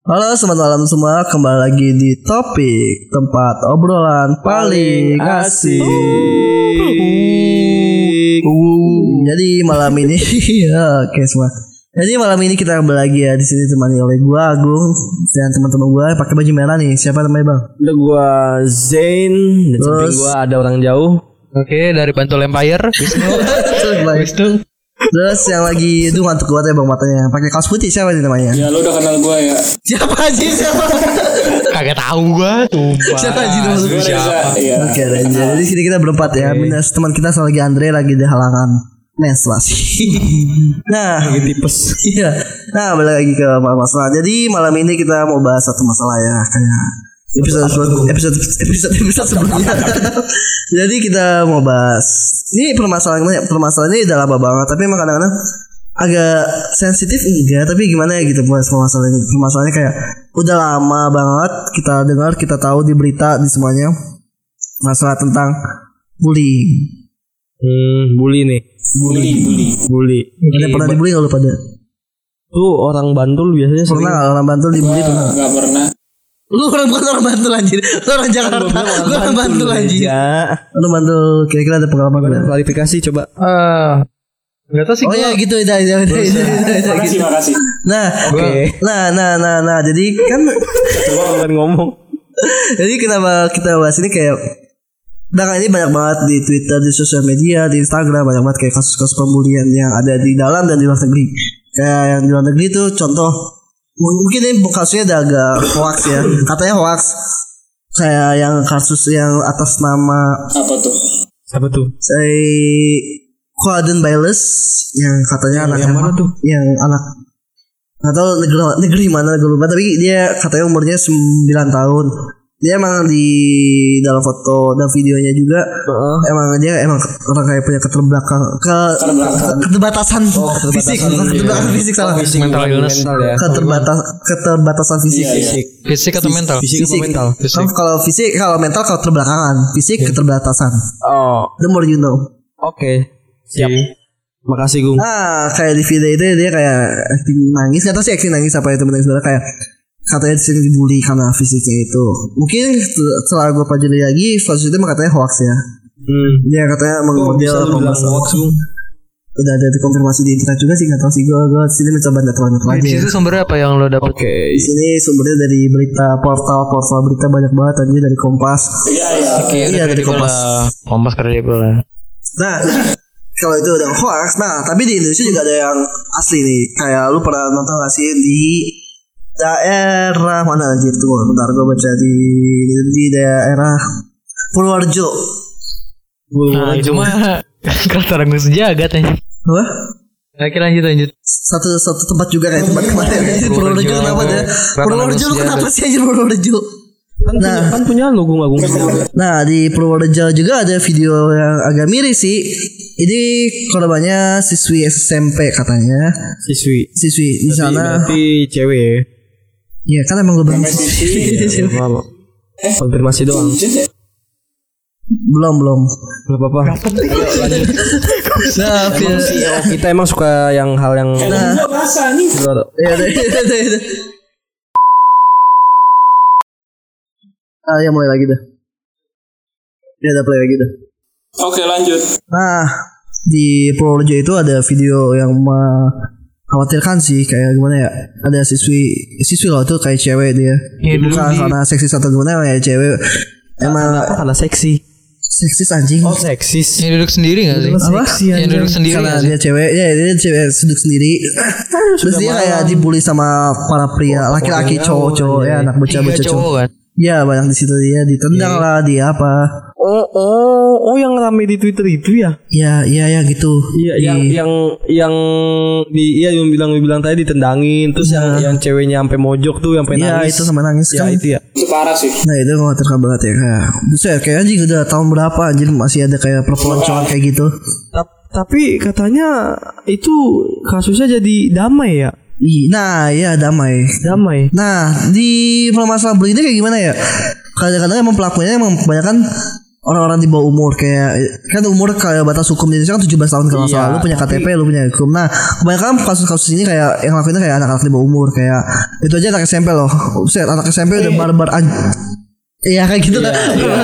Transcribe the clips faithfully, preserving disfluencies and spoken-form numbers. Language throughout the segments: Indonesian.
Halo selamat malam semua, kembali lagi di Topik, tempat obrolan paling asik. Jadi malam ini ya, oke semua. Jadi malam ini kita kembali lagi ya, di sini ditemani oleh gua Agung dan teman-teman gua pakai baju merah nih. Siapa namanya bang? Ada gua Zain dan samping gua ada orang jauh. Oke, dari Bantul Empire Wisnu. Wisnu. Terus yang lagi itu ngantuk banget ya bang matanya. Pakai kaos putih siapa nih namanya? Ya lu udah kenal gue ya. Siapa aja siapa? Kagak tahu gua tuh. Siapa aja tuh? Siapa? Iya. Oke, Raja. Jadi sini kita berempat ya. Minus teman kita satu lagi Andre lagi di halangan menstruasi. Nah, Lagi tipes. iya. Nah, balik lagi ke masalah. Jadi malam ini kita mau bahas satu masalah ya, kayak episode episode episode episode sebelumnya. Jadi kita mau bahas ini permasalahan permasalahan ini udah lama banget, tapi emang kadang-kadang agak sensitif enggak, tapi gimana ya gitu bahas permasalahan ini. Permasalahannya kayak udah lama banget kita dengar, kita tahu di berita di semuanya masalah tentang bullying. Hmm, bully nih. Bully, bully. Bully. Ada pernah dibully enggak lu pada? Tuh orang Bantul biasanya sering. Pernah enggak orang Bantul dibully pernah? Enggak pernah. Lu orang bukan orang Bantul anjir. Lu orang Jakarta. Lu orang Bantul anjir. Ya. Lu Bantul kira-kira ada pengalaman enggak? Klarifikasi coba. Eh, enggak tahu sih. Oh ya gitu udah udah udah. Makasih, makasih. Nah, Oke. nah, nah, nah, nah, jadi kan, Coba kalian ngomong. jadi kenapa kita bahas ini kayak, belakangan ini banyak banget di Twitter, di sosial media, di Instagram banyak banget kayak kasus-kasus pembulian yang ada di dalam dan di luar negeri. Kayak yang di luar negeri itu contoh, mungkin ini kasusnya udah agak hoax ya, katanya hoax. Kayak yang kasus yang atas nama Apa tuh? Siapa tuh? saya Quaden Biles yang katanya anak yang mana tuh? Yang anak nggak tahu negeri negeri mana gue lupa, tapi dia katanya umurnya sembilan tahun. Dia emang di dalam foto dan videonya juga Uh-uh. emang dia emang orang kayak punya keterbelakang ke keterbatasan fisik, keterbatasan fisik salah. Mental illness. Mental ya. Keterbatas keterbatasan fisik. Iya, iya. Fisik atau mental? Fisik apa mental? Fisik. Kalau fisik, kalau mental kalau keterbelakangan, fisik keterbatasan. Oh, The more you know. oke. Siap. Makasih Gung. Ah, kayak di video itu dia kayak acting nangis, nggak tahu sih acting nangis apa itu menangis sebenarnya kayak katanya disini dibully karena fisiknya itu. Mungkin setelah gue pelajari lagi, kasus itu katanya hoax ya. Hmm. Dia katanya Kok bisa mengambil lu bilang hoax Gung? udah ada dikonfirmasi di internet juga sih, nggak tahu sih gue gue sini mencoba netral-netral Di aja. situ sumbernya apa yang lo dapet? Oke. Di sini sumbernya dari berita portal-portal berita banyak banget aja, dari Kompas. Iya, iya. Iya dari Kompas. Kompas kredibel lah. Nah, kalau itu udah hoax, nah tapi di Indonesia juga ada yang asli nih. Kayak lu pernah nonton gak sih di daerah mana anjir tuh? Bentar gue baca di di daerah Purworejo. Nah, itu mah kata orang sejagat aja. Apa? Oke, lanjut lanjut. Satu satu tempat juga kayak tempat kemarin. Anjir, Purworejo kenapa deh? Kenapa Purworejo lu nangis kenapa sejagat? sih anjir Purworejo? Kan punya, Nah. kan punya lu Gung Agung. Nah di Purworejo juga ada video yang agak miris sih. Ini korbannya siswi S M P katanya. Siswi. Siswi di sana. Berarti cewek ya. Iya kan emang gue bilang Maaf. Konfirmasi doang. belum belum. Gak apa-apa. Nah, Emang sih, oh, kita emang suka yang hal yang Nah, gua bahasa nih. ya deh, ya deh, ya deh. Ah, ya mulai lagi dah. Ya udah play lagi dah. Oke, lanjut. Nah, di Purworejo itu ada video yang mengkhawatirkan sih, kayak gimana ya? Ada siswi siswi loh tuh kayak cewek dia. Iya, dulu Bukan di- karena seksis atau gimana ya, cewek emang apa karena seksi. seksis anjing. Oh, seksis. Yang duduk sendiri gak sih? Apa? Yang duduk sendiri Karena gak sih? dia cewek, ya dia cewek duduk sendiri. Terus dia kayak dibully sama para pria, laki-laki, cowok-cowok ya, anak Tiga bocah-bocah cowok. cowok kan? Ya banyak di situ dia ditendang lah, dia apa? Oh, oh, oh yang rame di Twitter itu ya? Ya, iya ya gitu. Iya, Di- yang yang yang di iya yang bilang bilang tadi ditendangin, terus yang yang ceweknya sampai mojok tuh, yang sampai Iya nangis. itu sama nangis Ya kan. itu ya. Itu parah sih. Nah itu mengkhawatirkan banget ya kayak. Buset kayak anjing udah tahun berapa anjing masih ada kayak perpeloncoan kayak gitu. Ta- Tapi katanya itu kasusnya jadi damai ya? Ih, Nah ya damai. Damai. Nah di permasalahan bullying ini kayak gimana ya? Kadang-kadang emang pelakunya emang kebanyakan orang-orang di bawah umur kayak kan umur kayak batas hukum di Indonesia kan tujuh belas tahun kalau nggak salah. Iya, Lu punya K T P, tapi- lu punya hukum. Nah, kebanyakan kasus-kasus ini kayak yang lakuinnya kayak anak-anak di bawah umur kayak itu aja anak S M P loh. Buset, anak S M P udah barbar an- Iya kayak gitu dah.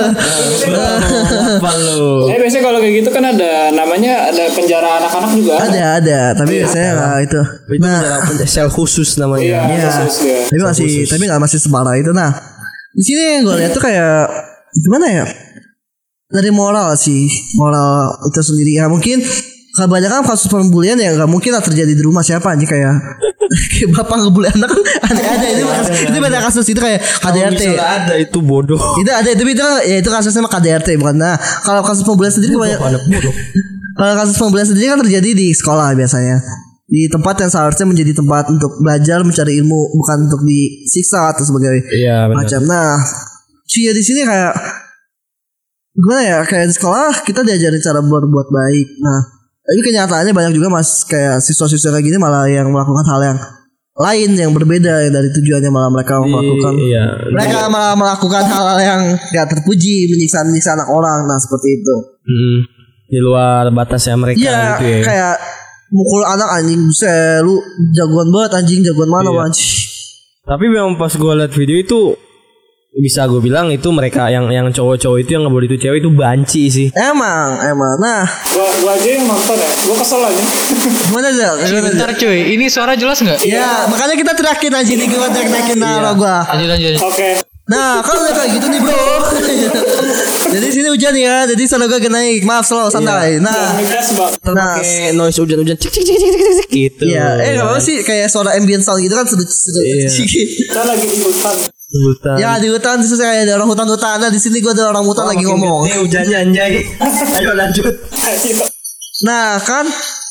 Apa lu? Eh biasanya kalau kayak gitu kan ada namanya ada penjara anak-anak juga. Ada ada, tapi biasanya nggak itu. Itu Nah, penjara sel khusus namanya. Iya, iya. khusus dia. Tapi masih tapi nggak masih separah itu. Nah, di sini yang gue lihat tuh kayak gimana ya? Dari moral sih, moral itu sendiri ya mungkin kebanyakan kasus pembulian ya nggak mungkin lah terjadi di rumah siapa aja kayak kayak bapak ngebully anak kan ada ada itu itu banyak kasus itu kayak K D R T. Misalnya ada itu bodoh. Itu ada tapi itu kan ya itu kasusnya mah K D R T bukan. Nah, kalau kasus pembulian sendiri kebanyakan Anak bodoh. kalau kasus pembulian sendiri kan terjadi di sekolah biasanya. Di tempat yang seharusnya menjadi tempat untuk belajar mencari ilmu bukan untuk disiksa atau sebagainya. Iya benar. Macam. Nah, sih di sini kayak gimana ya kayak di sekolah kita diajarin cara berbuat baik. Nah, tapi kenyataannya banyak juga mas kayak siswa-siswa kayak gini malah yang melakukan hal yang lain yang berbeda dari tujuannya malah mereka melakukan. Iya. Mereka malah melakukan hal-hal yang gak terpuji, menyiksa-menyiksa anak orang. Nah, seperti itu. Hmm, di luar batasnya mereka Iya, gitu ya. kayak mukul anak anjing, buset, lu jagoan banget anjing, jagoan mana Iya. anjing. Tapi memang pas gue liat video itu bisa gue bilang itu mereka yang yang cowok-cowok itu yang ngebully itu cewek itu banci sih. Emang, emang. Nah, Gua, gua aja yang nonton ya. Gua kesel aja. gimana aja? Gimana aja? Bentar cuy, ini suara jelas nggak? Ya, makanya kita teriakin aja nih, kita teriakin nama gua. Lanjut lanjut. Oke. Nah, kan udah kayak gitu nih bro. Jadi sini hujan ya, jadi sono gua naik. Maaf slow, santai. Nah, Migas bang. nah, Kayak noise hujan-hujan cik cik cik cik cik cik gitu. iya, eh nggak apa sih kayak suara ambient sound gitu kan sudah sudah. Iya. Kita lagi di hutan. Hutan. Ya di hutan terus kayak ada orang hutan-hutan. Nah di sini gua ada orang hutan lagi ngomong. Ini hujannya anjay. Ayo lanjut. Ayo. Nah kan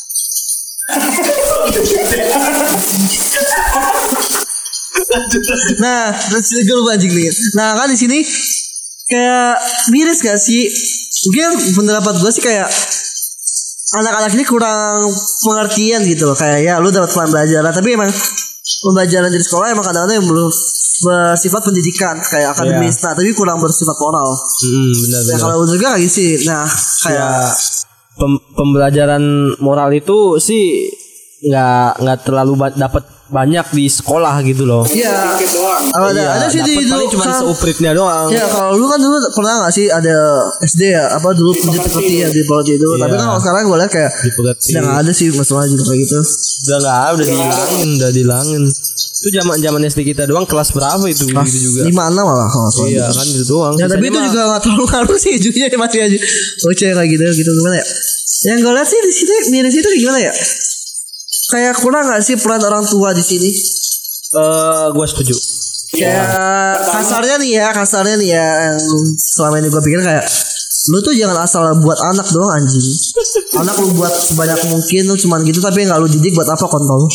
Nah, terus gue lupa anjing nih. Nah, kan di sini kayak miris gak sih? Mungkin pendapat gue sih kayak anak-anak ini kurang pengertian gitu loh. Kayak ya lu dapat pembelajaran, tapi emang pembelajaran di sekolah emang kadang-kadang yang belum bersifat pendidikan kayak akademis, nah tapi kurang bersifat moral. Hmm, benar Ya benar. kalau menurut gue kayak gitu sih. Nah, kayak Ya, pem- pembelajaran moral itu sih nggak nggak terlalu ba- dapat banyak di sekolah gitu loh. ya Dikit doang. ada Iya, ada sih di dapet dulu paling cuma kan. seupritnya doang. Ya kalau lu kan dulu pernah gak sih ada S D ya apa dulu peneliti ya di Polri itu. Tapi kan kalau sekarang gue lihat kayak Dipegat- udah gak ada sih masalah gitu kayak gitu. Udah nggak ada, udah dihilangin, udah dihilangin. Itu zaman zaman S D kita doang kelas berapa itu Kelas gitu juga. lima enam malah kalau nggak salah. Iya kan itu doang. Ya tapi Sisanya itu mah- juga gak terlalu ngaruh sih ujungnya masih aja oce kayak gitu gitu gimana ya. Yang gue lihat sih di sini miris itu gimana ya? Kayak kurang gak sih peran orang tua di sini? Eh, gue setuju. Kayak kasarnya nih ya, kasarnya nih ya yang selama ini gue pikir kayak lu tuh jangan asal buat anak doang anjing. Anak lu buat sebanyak mungkin lu cuman gitu tapi nggak lu didik buat apa kontol?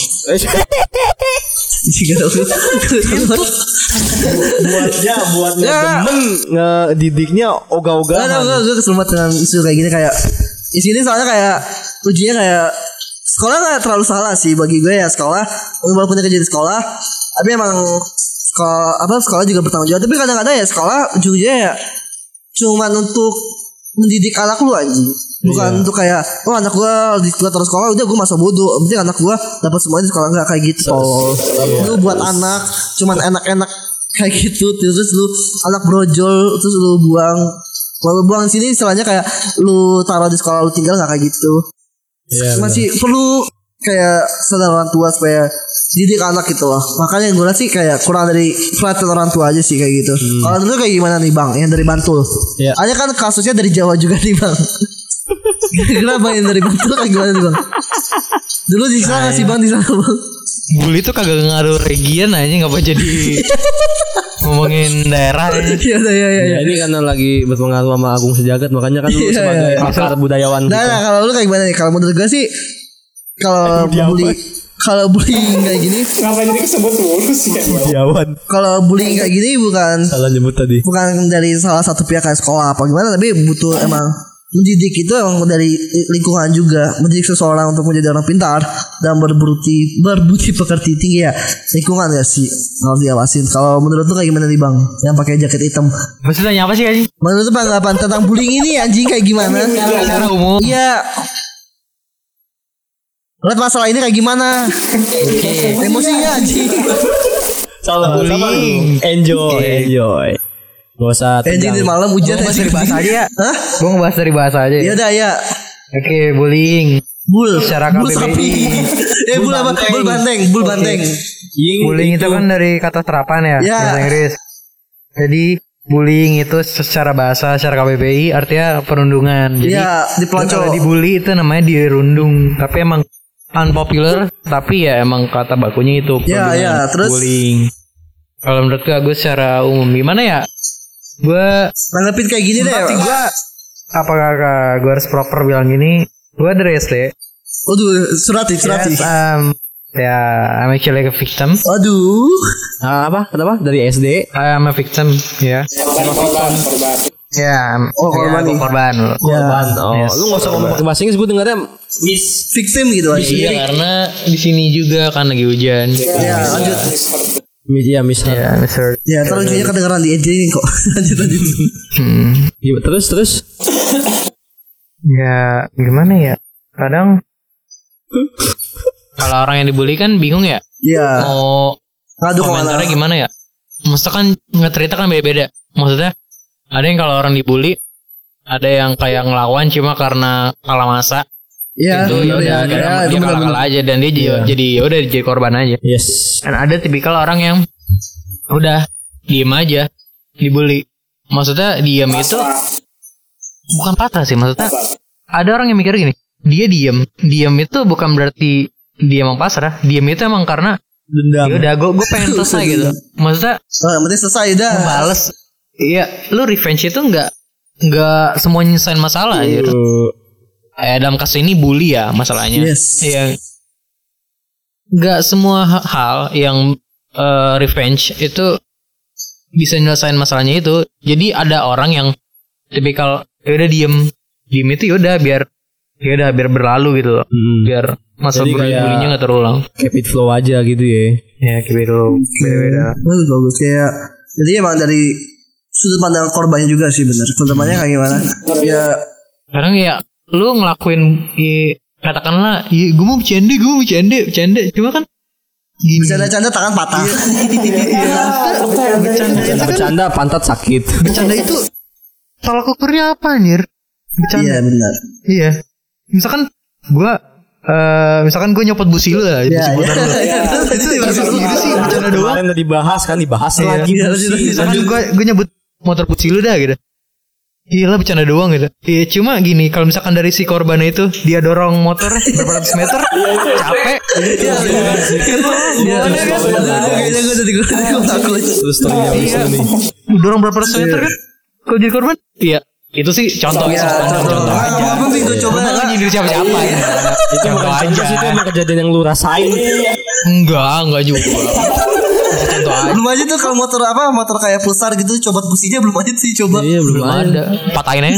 Jika lu buatnya buat Ya. ngedemen ngedidiknya Gak ada ogah-ogahan. gue gue keselumat dengan isu kayak gini kayak di sini soalnya kayak ujinya kayak sekolah nggak terlalu salah sih bagi gue ya sekolah walaupun dia kerja di sekolah tapi emang sekolah apa sekolah juga bertanggung jawab tapi kadang-kadang ya sekolah ujungnya ya cuman untuk mendidik anak lu anjing bukan Iya. untuk kayak oh anak gue di gue terus sekolah udah gue masa bodoh penting anak gue dapat semuanya di sekolah nggak kayak gitu tol. Lu buat anak cuman enak-enak kayak gitu terus lu anak brojol terus lu buang kalau buang di sini istilahnya kayak lu taruh di sekolah lu tinggal nggak kayak gitu. Iya, Masih perlu kayak sadar orang tua supaya didik anak gitu loh. Makanya gue lihat sih kayak kurang dari perhatian orang tua aja sih kayak gitu. Kalau dulu kayak gimana nih bang? Yang dari Bantul. Iya. Ada kan kasusnya dari Jawa juga nih bang. Kenapa yang dari Bantul kayak gimana nih bang? Dulu di sana nggak sih bang di sana bang? Bully tuh kagak ngaruh region aja ngapa jadi ngomongin daerah aja. Iya iya iya. Ya, iya. ini karena lagi berpengaruh sama Agung Sejagat makanya kan lu Iya, sebagai iya. pakar budayawan Nah, kita. nah kalau lu kayak gimana nih? Kalau menurut gue sih kalau bully kalau bullying kayak gini, Kenapa jadi kesebut mulu sih kayak Budayawan. kalau bullying kayak gini bukan Salah nyebut tadi. bukan dari salah satu pihak kayak sekolah apa gimana tapi butuh emang mendidik itu emang dari lingkungan juga. Mendidik seseorang untuk menjadi orang pintar dan berbudi berbudi pekerti tinggi ya lingkungan ya sih kalau diawasin. Kalau menurut lu kayak gimana nih bang yang pakai jaket hitam? Maksudnya apa sih anjing? Menurut lu bang apa tentang bullying ini anjing kayak gimana? Secara umum. Iya. Lihat masalah ini kayak gimana? Oke. Emosinya anjing. Salah bullying. Enjoy, enjoy. Gak usah Anjing di tegang. malam hujan Gua ngebahas anjing. dari bahasa aja ya. Hah? Gue ngebahas dari bahasa aja Ya ya. udah ya. Oke, bullying. Bul. Secara Bul K B B I. sapi. Eh bul apa? Bul banteng. Bul banteng. Ying, Bullying itu kan dari kata terapan ya, Ya. bahasa Inggris. Jadi bullying itu secara bahasa, secara K B B I artinya perundungan. Jadi Iya, dipelonco. kalau dibully itu namanya dirundung. Tapi emang unpopular, tapi ya emang kata bakunya itu Ya, perundungan, ya, terus? bullying. Kalau menurut gue, gue secara umum gimana ya? Gue Nanggepin kayak gini deh. Tapi gue apakah gue harus proper bilang gini? Gue dari S D. Waduh, surati, surati. Yes, um, ya, I'm actually a victim. Waduh. Ah, apa? Kenapa? Dari S D. I'm a victim, ya. korban korban Ya, Oh, korban ya, nih. gua korban. Korban. Oh, Yes. lu gak usah ngomong pakai bahasa Inggris, gue dengarnya miss. Victim gitu aja. Iya, karena di sini juga kan lagi hujan. Ya, lanjut. Iya, miss. Ya, mister Ya, terus ujungnya kedengeran di editing kok. Lanjut lanjut. Hmm. Gimana? Terus, terus. Ya, gimana ya? Kadang kalau orang yang dibully kan bingung ya. Iya. Mau Ngadu kemana? komentarnya gimana ya? Maksudnya kan nge-cerita kan beda-beda. Maksudnya ada yang kalau orang dibully, ada yang kayak ngelawan cuma karena kalah masa. Iya. Itu ya udah iya, akhirnya iya, itu dia benar-benar. kalah-kalah aja dan dia jadi jadi ya udah jadi korban aja. Yes. Dan ada tipikal orang yang udah diem aja dibully. Maksudnya diem itu bukan patah sih, maksudnya ada orang yang mikir gini, dia diem, diem itu bukan berarti dia emang pasrah, diem itu emang karena Dendam. ya udah gue gue pengen selesai gitu. Maksudnya Oh, yang penting selesai udah. bales, iya lu revenge itu nggak nggak semua nyelesain masalah gitu. Eh dalam kasus ini bully ya masalahnya. Yes. Iya. Nggak semua ha- hal yang eh, revenge itu bisa nyelesain masalahnya itu. Jadi ada orang yang tipikal ya udah diem, diem itu ya udah biar ya udah biar berlalu gitu loh. Hmm. Biar masa Jadi bully- kayak- bullynya nggak terulang. Keep it flow aja gitu ya. Ya kayak gitu beda-beda. Bagus bagus kayak. Jadi emang dari sudut pandang korbannya juga sih benar. Korbannya kayak gimana? Ya. Kadang ya lu ngelakuin i, katakanlah ya, gue mau bercanda, gue mau bercanda, bercanda. Cuma kan gini. Bercanda-canda tangan patah. Bercanda itu kan Bercanda pantat sakit. bercanda itu tolak ukurnya apa anjir? Bercanda. Iya benar. Iya. Misalkan gua eh misalkan gue nyopot busi lu lah, Iya, busi motor iya. lu. Itu gimana sih bercanda doang. Kemarin udah dibahas kan, dibahas Iya. lagi. Iya, busi. lanjut, Misalkan gue gue nyebut motor busi lu dah gitu. Iya lah bercanda doang gitu. Iya cuma gini kalau misalkan dari si korban itu dia dorong motor berapa ratus meter capek. Iya. Kayaknya gue jadi gue takut. Terus story-nya Iya. lucu nih. Dorong berapa ratus meter kan? Kalau jadi korban? Iya. Itu sih contoh Iya, contoh, contoh. contoh aja. Apa sih gue coba? Gue nggak nyindir siapa-siapa ya. Itu Contoh bukan aja. contoh sih, itu emang kejadian yang lu rasain. Enggak, enggak juga. Contoh aja. Belum aja tuh kalau motor apa motor kayak pulsar gitu coba businya belum aja sih coba. Iya, belum Belum ada. ada. Patahin aja.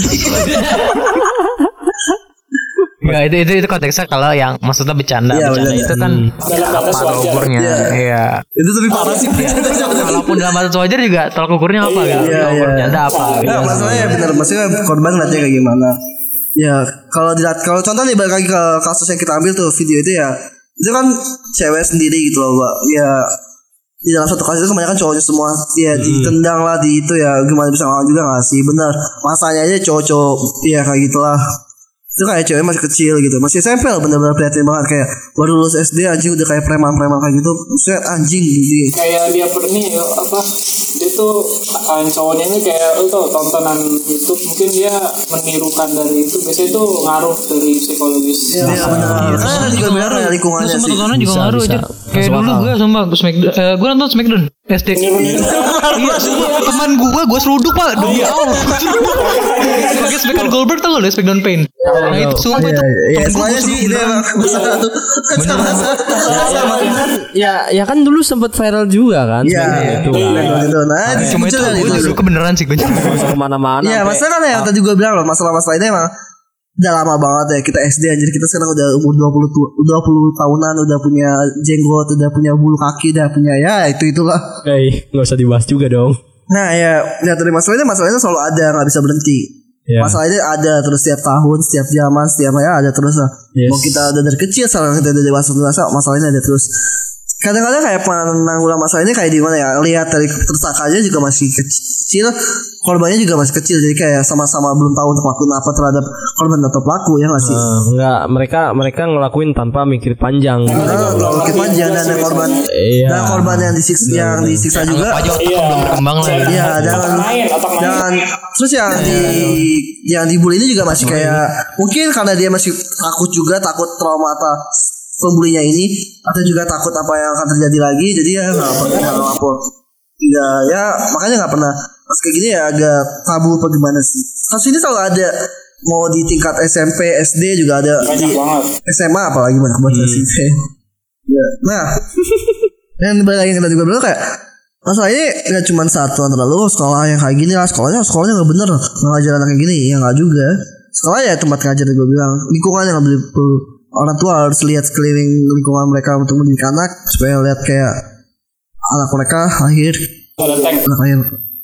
Ya itu itu itu konteksnya kalau yang maksudnya bercanda, Iya, bercanda benar. itu kan Dalam batas apa wajar. ukurnya? Iya. Iya. Itu lebih parah sih. Walaupun dalam batas wajar juga tolak ukurnya apa gitu? Iya, Tolak ukur iya. bercanda apa? Nah, Gitu. masalahnya benar maksudnya korban ngeliatnya kayak gimana. Ya kalau dilihat kalau contoh nih balik lagi ke kasus yang kita ambil tuh video itu ya itu kan cewek sendiri gitu loh Mbak. Ya di dalam satu kasus itu kebanyakan cowoknya semua ya ditendang lah di itu ya gimana bisa ngelawan juga gak sih benar masanya aja cowok-cowok ya kayak gitulah itu kayak cewek masih kecil gitu masih S M P lah benar-benar prihatin banget kayak baru lulus S D anjing udah kayak preman-preman kayak gitu set anjing gitu Kayak dia pernah apa dia tuh kain cowoknya ini kayak lu tau tontonan YouTube mungkin dia menirukan dari itu biasanya itu ngaruh dari psikologis. ya benar kan juga benar ya lingkungannya Semua sih tontonan juga Bisa, ngaruh bisa. aja. Kayak dulu gue sumpah Smackdown, uh, gue nonton Smackdown S D. Iya, sumpah teman gue, gue seruduk pak demi Allah. Pakai Smackdown Goldberg tau gak lo Smackdown Pain? Nah itu sumpah itu. Iya, semuanya sih ini emang masalah tuh. Ya, ya kan dulu sempat viral juga kan. Iya, itu. itu. Nah, cuma itu gue dulu kebenaran sih gue. Kemana-mana. Iya, masalah kan yang tadi gue bilang loh, masalah-masalah ini emang udah lama banget ya kita S D anjir, kita sekarang udah umur dua puluh tahunan, udah punya jenggot, udah punya bulu kaki, udah punya ya itu itulah. Hei, enggak usah dibahas juga dong. Nah, ya lihat dari masalahnya, masalahnya selalu ada, enggak bisa berhenti. Yeah. Masalahnya ada terus setiap tahun, setiap zaman, setiap ya ada terus lah. Yes. Mau kita udah dari kecil sampai kita udah dewasa dewasa, masalahnya ada terus. Kadang-kadang kayak penanggulan masalah ini kayak di mana ya? Lihat dari tersangkanya juga masih kecil, korbannya juga masih kecil, jadi kayak sama-sama belum tahu untuk ngelakuin apa terhadap korban atau pelaku ya nggak sih? Uh, enggak, mereka mereka ngelakuin tanpa mikir panjang. Nah, mikir panjang dan ada korban, iya. Dan korban yang disiksa, yang disiksa juga. Iya, belum berkembang lah. Iya, dan dan terus yang di yang dibully ini juga masih kayak mungkin karena dia masih takut juga, takut trauma atas pembulinya ini, atau juga takut apa yang akan terjadi lagi, jadi ya nggak pernah lapor. Ya, ya makanya nggak pernah. Pas kayak gini ya agak tabu apa gimana sih? Kasus ini selalu ada, mau di tingkat S M P, S D juga ada, di S M A apalagi banyak banget sih. Ya, nah, yang balik lagi kita juga bilang kayak masalah ini nggak cuma satu antara lu sekolah yang kayak gini lah, sekolahnya sekolahnya nggak bener ngajar anak kayak gini, ya nggak juga. Sekolah ya tempat ngajar, gue bilang lingkungan yang nggak perlu. Orang tua harus lihat sekeliling lingkungan mereka untuk mendidik anak supaya lihat kayak anak mereka lahir anak lahir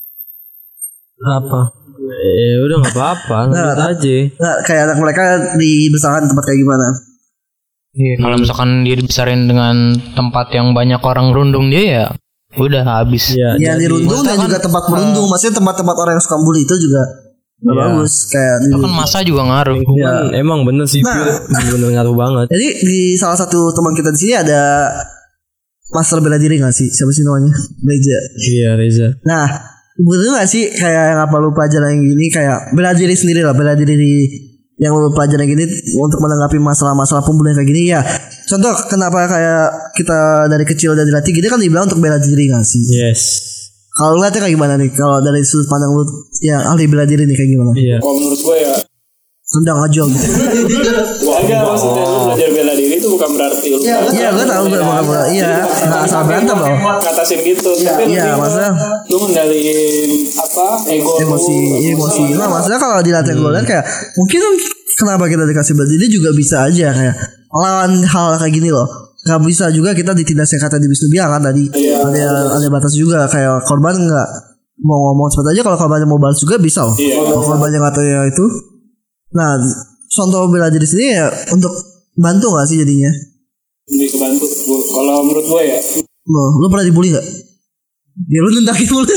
apa eh udah nggak apa-apa nah, aja nah, kayak anak mereka dibesarkan tempat kayak gimana. Iya, kalau misalkan dia dibesarin dengan tempat yang banyak orang rundung dia ya udah habis ya, ya dirundung dan juga tempat merundung, maksudnya tempat-tempat orang yang suka bully itu juga ya. Bagus kayak kan masa juga ngaruh ya. Emang bener sih, nah, bener ngaruh banget. Jadi di salah satu teman kita di sini ada master bela diri nggak sih, siapa sih namanya? Reza. Iya Reza. Nah bener nggak sih kayak yang apa lu pelajaran yang gini, kayak bela diri sendiri lah, bela diri di yang lu pelajaran yang gini untuk menanggapi masalah-masalah pembulian kayak gini ya. Contoh kenapa kayak kita dari kecil udah dilatih gini kan dibilang untuk bela diri nggak sih? Yes. Kalau lu lihatnya kayak gimana nih? Kalau dari sudut pandang lu yang ahli bela diri nih kayak gimana? Iya. Kalau menurut gue ya sedang aja gitu. Enggak, maksudnya lu belajar bela diri itu bukan berarti lu. Iya, gue tahu gue bukan bukan. Iya, enggak asal berantem loh. Ngatasin gitu. Tapi iya, maksudnya lu ngendaliin apa? Ego emosi, emosi. Nah, maksudnya kalau dilatih gue lihat kayak mungkin kenapa kita dikasih bela diri juga bisa aja kayak lawan hal kayak gini loh. Gak bisa juga kita ditindas yang kata di Wisnu bilang kan tadi, iya, ada ada batas juga, kayak korban nggak mau ngomong seperti aja, kalau korbannya mau balas juga bisa loh. Iya. Kalau korbannya katanya itu, nah contoh bela diri sini ya untuk bantu nggak sih jadinya? Lebih kebantu. Kalau menurut gue ya. Loh, lu pernah dibully nggak? Ya lu nentakin mulu.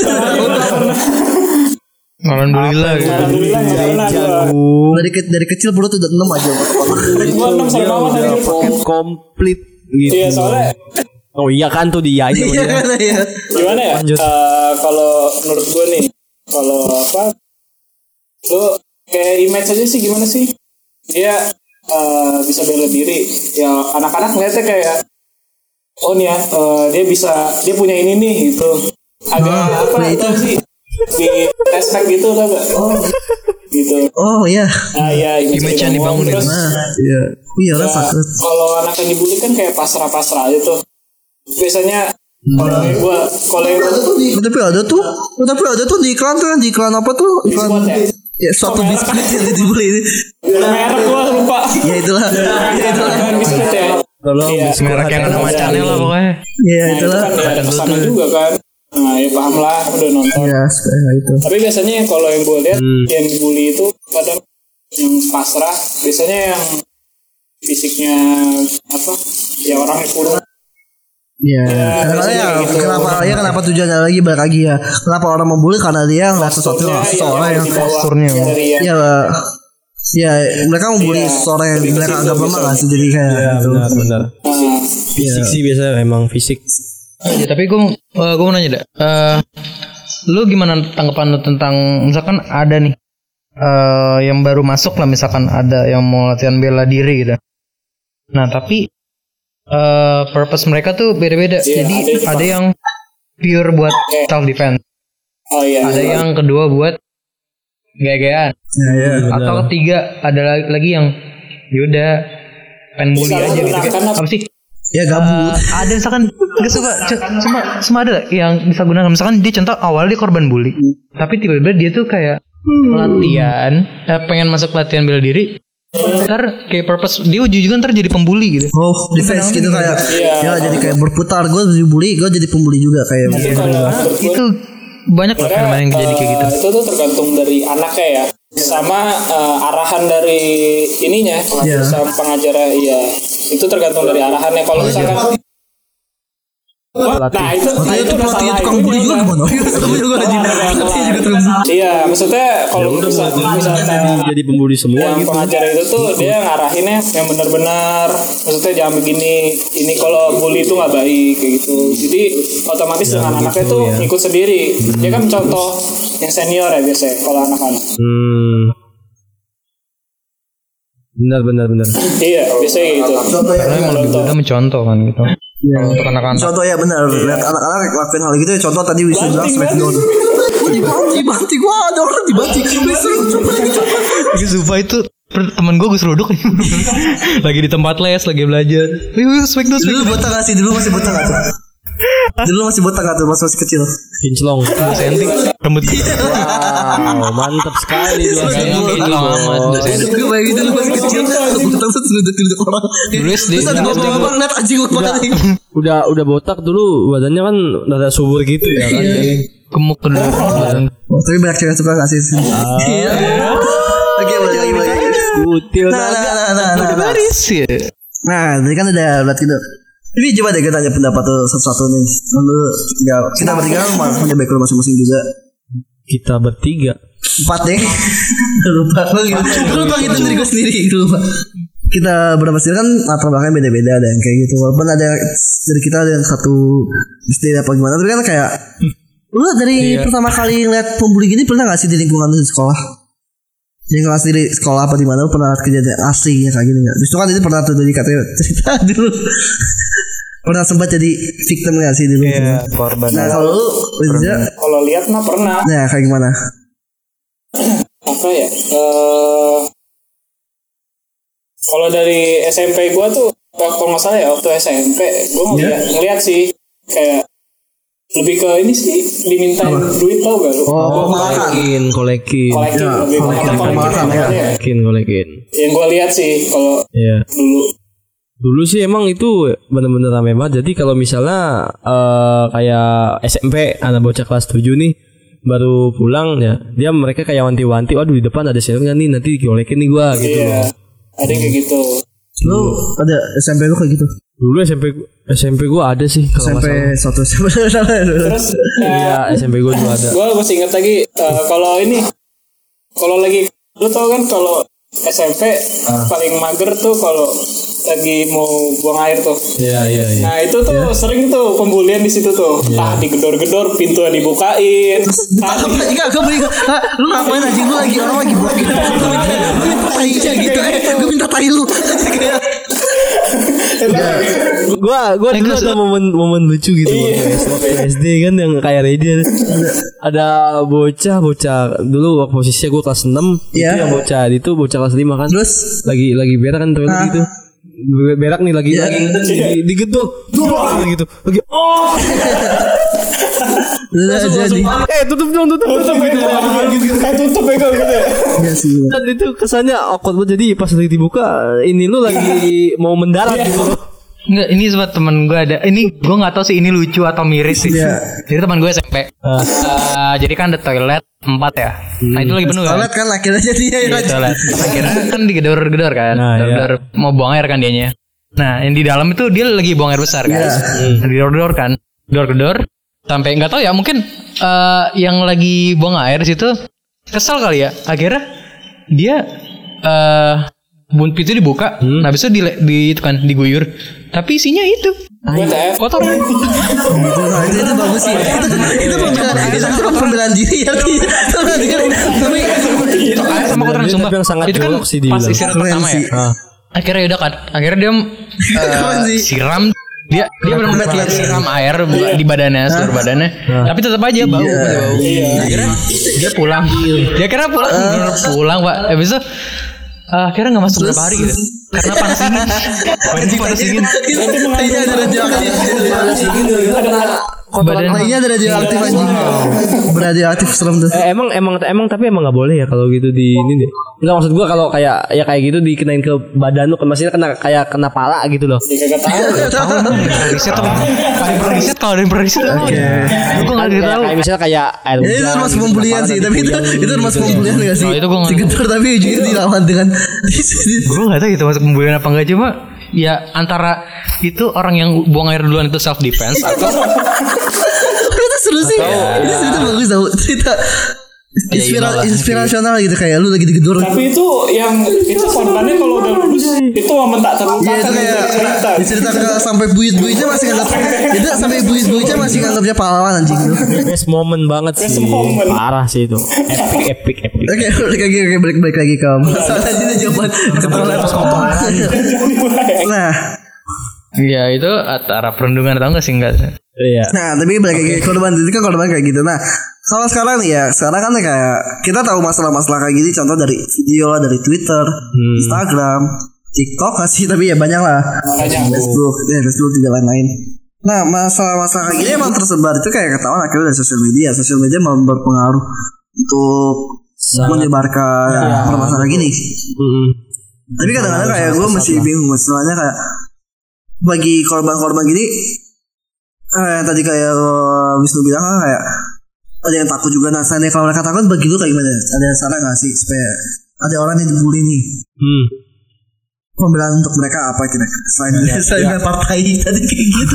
Alhamdulillah gitu. Dari ke, dari kecil perut udah enam aja. Gua enam sampai bawah dari paket komplit gitu. Iya, soalnya oh iya kan tuh dia itu ya. Gimana ya? Uh, kalau menurut gue nih, kalau apa? Lu kayak image aja sih gimana sih? Dia uh, bisa bela diri. Ya anak-anak ngeliatnya kayak oh nih ya, uh, dia bisa, dia punya ini nih gitu. Agak nah, apa itu sih? Di respect gitu kan gak? Oh gitu. Oh iya. Nah iya image yang dibangun terus. Nah, iya. Iya lah sakit. Kalau anak yang dibully kan kayak pasrah-pasrah aja tuh. Biasanya kalau hmm. gua kalau yang tapi ada tuh, tapi ada tuh di iklan tuh, di iklan apa tuh? Iklan ya, ya suatu biskuit yang dibully ini. Merek gua lupa. Ya itulah. Ya itulah biskuit ya. Tolong merek yang ada macannya lah pokoknya. Iya itulah. Ada kesana juga kan. Nah ya paham lah udah nonton. Iya kayak itu. Tapi biasanya kalau yang gue lihat hmm. yang dibully itu kadang yang pasrah, biasanya yang fisiknya apa ya orang yang kurus. Iya. Ya, ya, gitu. Kenapa ya kenapa tujuannya lagi balik lagi ya? Kenapa orang membuli karena dia ngeliat sesuatu seseorang yang posturnya. Iya. Ya mereka membuli seseorang yang mereka anggap lemah lah sih, jadi kayak ya, gitu. Benar benar. Uh, fisik ya. Sih biasa emang fisik. Ya, tapi gue uh, gue mau nanya dah, uh, lu gimana tanggapan lu tentang misalkan ada nih uh, yang baru masuk lah, misalkan ada yang mau latihan bela diri gitu. Nah tapi uh, purpose mereka tuh beda-beda. Iya, Jadi ada yang ada yang pure buat self defense. Oh iya. Ada iya. yang kedua buat gaya-gayaan. Ya, ya. Atau ketiga ada lagi, lagi yang yaudah pengen bully Bisa aja gitu. gunakan Apa sih? Ya gabut. Uh, ada misalkan nggak suka c- cuma cuma ada yang bisa gunakan, misalkan dia contoh awal dia korban bully, tapi tiba-tiba dia tuh kayak latihan, eh, pengen masuk latihan bela diri, ntar kayak purpose dia ujung-ujungnya ntar jadi pembuli gitu. Oh, defense gitu kayak. Iya. Ya jadi kayak berputar. Gue dibully, gue jadi pembuli juga kayak. Tapi kalau menurut gue, Itu banyak loh fenomena yang jadi kayak gitu. eh, itu tuh tergantung dari anaknya ya, sama eh, arahan dari ininya, Iya. sama pengajarnya. Iya, itu tergantung dari arahannya. Kalau misalkan Wah, nah itu, nah Makanya itu itu udah pelatih salah tukang bully juga gimana? Aku juga rajin. Pelatih juga tukang bully. Iya, maksudnya kalau misal, misalkan Jadi pembuli semua yang gitu. pengajar itu tuh dia ngarahinnya yang benar-benar, maksudnya jangan begini, ini kalau bully itu nggak baik kayak gitu. Jadi otomatis dengan anaknya tuh ikut sendiri. Dia kan contoh yang senior ya biasanya kalau anak-anak. Hmm. Benar benar benar. Iya, biasanya gitu. Contoh ya. Karena emang lebih mudah mencontoh kan gitu. Untuk anak-anak. Contoh ya benar. Lihat anak-anak lakuin hal gitu ya. Contoh tadi Wisnu bilang smackdown. Gue dibanti, banti gue ada orang dibanti. Wisnu coba gitu. Gue sumpah itu per- temen gue gue seruduk lagi di tempat les lagi belajar. Wih, swag dulu, swag Dulu botak gak sih? Dulu masih botak gak tuh? Dulu masih botak gak tuh? Masih masih kecil. Kinclong. dua senti rambut gue. Wow, mantap sekali dua Kayaknya senti. kinclong amat dua senti. Gue bayangin dulu masih kecil. Botak tuh seruduk-seruduk orang. Dulu S D. Terus ada bapak-bapak ngeliat anjing gue makan. Udah udah botak dulu badannya kan rada subur gitu ya kan. Jadi Gemuk kedua. Tapi banyak cewek suka gak sih? Iya. Oke, balik lagi balik. kutil Nah, nah, nah, nah, nah, nah. Baris ya. Nah, tadi kan udah lihat gitu. Tapi coba deh kita tanya pendapat tuh satu-satu nih. Lalu ya, kita bertiga kan punya background masing-masing juga. kita bertiga. Empat deh. Lupa. Gue lupa gitu diri gue sendiri. Gue lupa. Kita berapa sih kan latar belakangnya beda-beda ada yang kayak gitu. Walaupun ada dari kita ada yang satu S D apa gimana. Tapi kan kayak lu dari Iya. pertama kali ngeliat pembuli gini pernah gak sih di lingkungan lu di sekolah? Di lingkungan sendiri sekolah apa di mana lu pernah lihat kejadian aslinya kayak gini nggak? Justru kan itu pernah tuh dari katanya cerita dulu. Pernah sempat jadi victim gak sih dulu? Iya, korban. Nah kalau lu Rizza, Kalau lihat mah pernah. nah kayak gimana? Apa ya? Eh kalau dari S M P gue tuh, kalau nggak salah ya waktu S M P gue ngeliat, ngeliat sih kayak lebih ke ini sih dimintain duit tau gak lu? Oh, pemalakan. Kolekin, kolekin. Kolekin, Ya, lebih kolekin, ke pemalakan, kolekin ya. ya. Kolekin, kolekin. Yang gue lihat sih kalau Iya. dulu. Dulu sih emang itu bener-bener rame banget. Jadi kalau misalnya eh, kayak S M P anak bocah kelas tujuh nih baru pulang ya, dia mereka kayak wanti-wanti, waduh di depan ada sale nggak nih, nanti dikolekin nih gua gitu Iya, loh. ada yang kayak gitu. Lu ada S M P lu kayak gitu? Dulu S M P S M P gua ada sih S kalau M nggak P salah. satu S M P. Terus Iya, S M P gua juga ada. gue masih inget lagi eh, kalau ini, kalau lagi lu tau kan kalau S M P paling mager tuh kalau lagi mau buang air tuh. Iya, iya, iya. Nah itu tuh sering tuh pembulian di situ tuh. Ah digedor-gedor, pintu dibukain. Ah, Enggak, gue beli. Ah, lu ngapain anjing lu lagi orang lagi buat gitu. Gue minta tai gitu. Eh, gue minta tai lu. Gua gua dulu ada momen-momen lucu gitu waktu S D kan yang kayak Radian. Ada bocah bocah dulu waktu posisinya gua kelas enam, itu Iya. yang bocah itu bocah kelas lima kan. Terus lagi lagi berak kan toilet Ah. gitu. Be- Berak nih lagi Iya. lagi di- digedor. Duh, gitu. Lagi oh. udah jadi. Eh tutup dong tutup. tutup ya, kayak tutup ya kalau gitu ya. Iya sih. Dan itu kesannya awkward banget. Jadi pas lagi dibuka ini lu lagi mau mendarat gitu loh. Enggak, ini sempat temen gue ada. Ini gue nggak tahu sih ini lucu atau miris sih. Iya. Jadi teman gue S M P. Eh, jadi kan ada toilet empat ya. Nah itu lagi penuh kan. Toilet kan akhirnya jadi ya. Iya, toilet. Akhirnya kan digedor-gedor kan. Nah, iya. Gedor mau buang air kan dianya. Nah yang di dalam itu dia lagi buang air besar kan. Iya. Nah, digedor-gedor kan. Gedor-gedor. Sampai nggak tahu ya mungkin eh, yang lagi buang air di situ kesel kali ya. Akhirnya dia eh bun pintu dibuka, Hmm. nah habis itu di, di itu kan diguyur, tapi isinya itu W T F. kotor. Nah, itu, itu bagus sih. Itu itu pembelaan itu, itu pembelaan diri ya. Tapi Itu air sama kotoran Tapi sumpah. yang sangat Itu kan jorok sih pas dibilang. istirahat Keren pertama ya. sih. Ah. akhirnya udah kan akhirnya dia uh, siram dia dia benar-benar siram air di badannya seluruh badannya tapi tetap aja bau bau akhirnya dia pulang dia kira pulang pulang pak habis itu Uh, akhirnya nggak masuk berapa hari gitu karena panas dingin panas panas dingin Kayaknya ada radioaktif badan Kayaknya ada radioaktif anjing Beradioaktif serem tuh. Eh, emang emang emang tapi emang nggak boleh ya kalau gitu di ini deh. Enggak maksud gua kalau kayak ya kayak gitu dikenain ke badan lu, maksudnya kena kayak kena pala gitu loh. Ya kagak tahu. riset apa? Paling riset kalau ada yang riset apa? Gua enggak tahu. Kayak misalnya kayak air Ya, itu termasuk pembulian sih, tapi itu itu termasuk pembulian enggak sih? Oh, itu gua nggak- Digetar tapi ujungnya dilawan dengan Gue gak tahu itu masuk pembulian apa enggak cuma ya antara itu orang yang buang air duluan itu self defense atau itu seru sih. Itu cerita bagus tau. Cerita Inspira- inilah. inspirasional gitu kayak lu lagi digedor. Tapi itu yang itu korbannya kalau udah lulus itu momen tak terlupakan. Iya itu kayak dari cerita. diceritakan sampai buyut-buyutnya masih nganggap itu sampai buyut-buyutnya masih nganggapnya pahlawan anjing itu. best moment banget Best sih. moment. Parah sih itu. Epic epic epic. Oke, balik lagi, oke, balik balik lagi ke masalah ini jawaban keterangan kotoran. Nah, ya itu antara perundungan atau enggak sih enggak. Iya. nah tapi balik lagi ke korban itu kan korban kayak gitu. Nah, kalau sekarang nih ya, sekarang kan kayak kita tahu masalah-masalah kayak gini, contoh dari video lah, dari Twitter, Instagram, TikTok nggak sih, tapi ya banyak lah. Banyak. Facebook, ya Facebook juga lain-lain. Nah, masalah-masalah kayak gini emang tersebar itu kayak ketahuan akhirnya dari sosial media. Sosial media memang berpengaruh untuk menyebarkan permasalahan gini. Mm-mm. Tapi kadang-kadang kayak gue masih bingung, masalahnya kayak bagi korban-korban gini, eh, yang tadi kayak uh, Wisnu bilang kan kayak ada yang takut juga. Nah, seandainya kalau mereka takut, bagi lu kayak gimana? Ada saran nggak sih supaya ada orang yang dibully nih? Hmm. Pembelaan untuk mereka apa kira-kira selain selain partai tadi kayak gitu?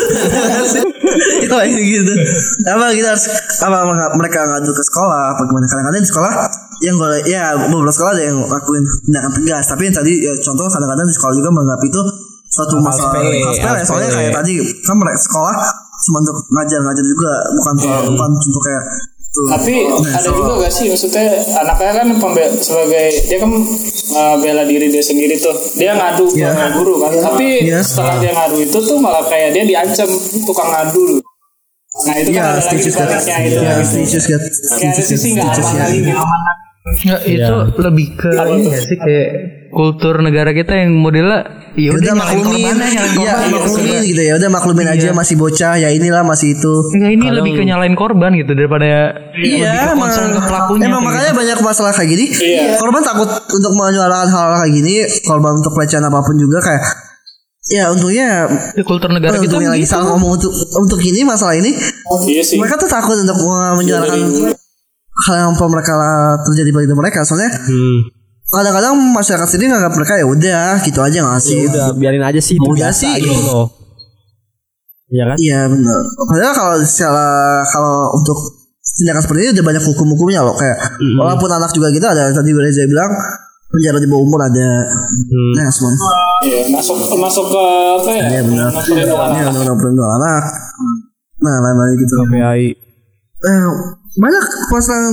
Kayak gitu. Apa kita harus apa mereka ngadu ke sekolah? Apa gimana? Kadang-kadang di sekolah yang gue ya beberapa sekolah ada yang lakuin tindakan tegas. Tapi yang tadi ya, contoh kadang-kadang di sekolah juga menganggap itu suatu masalah sepele, hal sepele. hal Soalnya sepele. kayak tadi kan mereka sekolah cuma untuk ngajar-ngajar juga, bukan soal bukan untuk kayak tuh. Tapi Nah, ada soal- juga gak sih maksudnya anaknya kan pembe- sebagai dia kan uh, bela diri dia sendiri tuh dia ngadu ke Iya. guru kan tapi Iya. setelah dia ngadu itu tuh malah kayak dia diancam tukang ngadu loh. Nah itu Ya, kan ada lagi stitches kan. sebaliknya itu Ya, gitu. stitches kan. Kayak ada sisi nggak Stitches, aman ya. lagi gitu. Nggak, itu lebih ke ini nggak sih kayak kultur negara kita yang modelnya ya Ya udah udah nyalain maklumin, korbannya, nyalain iya korban. maklumin gitu ya. Udah maklumin aja masih bocah ya inilah masih itu. Enggak, ini lebih ke nyalain korban gitu daripada lebih ke Iya, emang, concern ke pelakunya. emang kayak makanya banyak masalah kayak gini. Iya. Korban takut untuk menyuarakan hal kayak gini, korban untuk pelecehan apapun juga kayak. Ya untungnya, gitu. Di kultur negara kita untungnya lagi gitu. salah ngomong untuk untuk ini masalah ini. Iya sih. Mereka tuh takut untuk menyuarakan hal yang apa mereka terjadi pada mereka. Soalnya Hmm. kadang-kadang masyarakat sendiri nganggap mereka ya udah gitu aja nggak sih. Ya udah biarin aja sih itu Udah biasa sih. gitu loh. Iya kan? Iya benar. Padahal kalau secara kalau untuk tindakan seperti ini udah banyak hukum-hukumnya loh kayak walaupun anak juga gitu ada tadi Reza bilang penjara di bawah umur ada. Nah semua. Iya, masuk masuk ke apa ya? Iya benar. Masuk ke anak. Ini undang-undang perlindungan anak. Nah lain-lain gitu. P A I. Eh, banyak pasangan.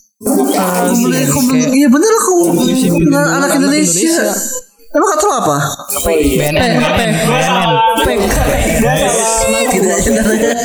Iya benar lah kaum anak Indonesia. Emang kata lo apa? Oh iya. B N N, B N N, B N N. Tidak sebenarnya.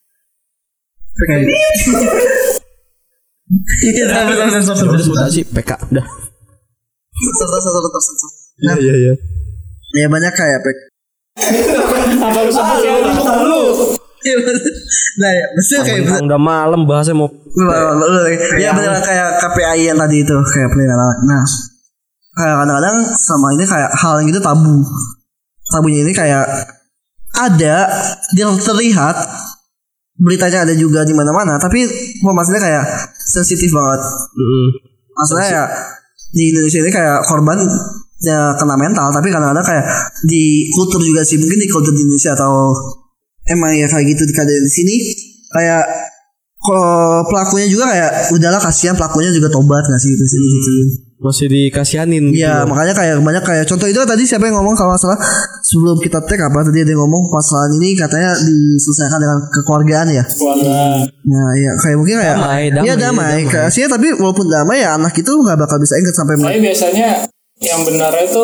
Iya, tapi tapi sensor Udah sebut aja sih P K udah. sensor sensor sensor. Iya iya iya. Ya banyak kayak pek. Apa lu sebut ya? Lu. Iya bener. Nah ya, maksudnya kayak bener. Udah malam bahasnya mau Ya bener kayak K P I yang tadi itu kayak pelindungan anak. Nah, kayak kadang-kadang sama ini kayak hal yang gitu tabu. Tabunya ini kayak ada yang terlihat beritanya ada juga di mana-mana, tapi informasinya kayak sensitif banget. Mm-mm. Maksudnya ya di Indonesia ini kayak korban ya kena mental, tapi kadang-kadang kayak di kultur juga sih, mungkin di kultur di Indonesia atau emang ya kayak gitu di keadaan di sini kayak kalau pelakunya juga kayak udahlah kasihan pelakunya juga tobat nggak sih gitu sih gitu. Masih dikasihanin gitu. Ya makanya kayak banyak kayak contoh itu tadi siapa yang ngomong kalau nggak salah sebelum kita tag apa tadi ada yang ngomong masalah ini katanya diselesaikan dengan kekeluargaan ya. Keluarga. Nah ya kayak mungkin kayak Damai, ya damai, damai, damai. kasihan tapi walaupun damai ya anak itu nggak bakal bisa ingat sampai Tapi biasanya yang benar itu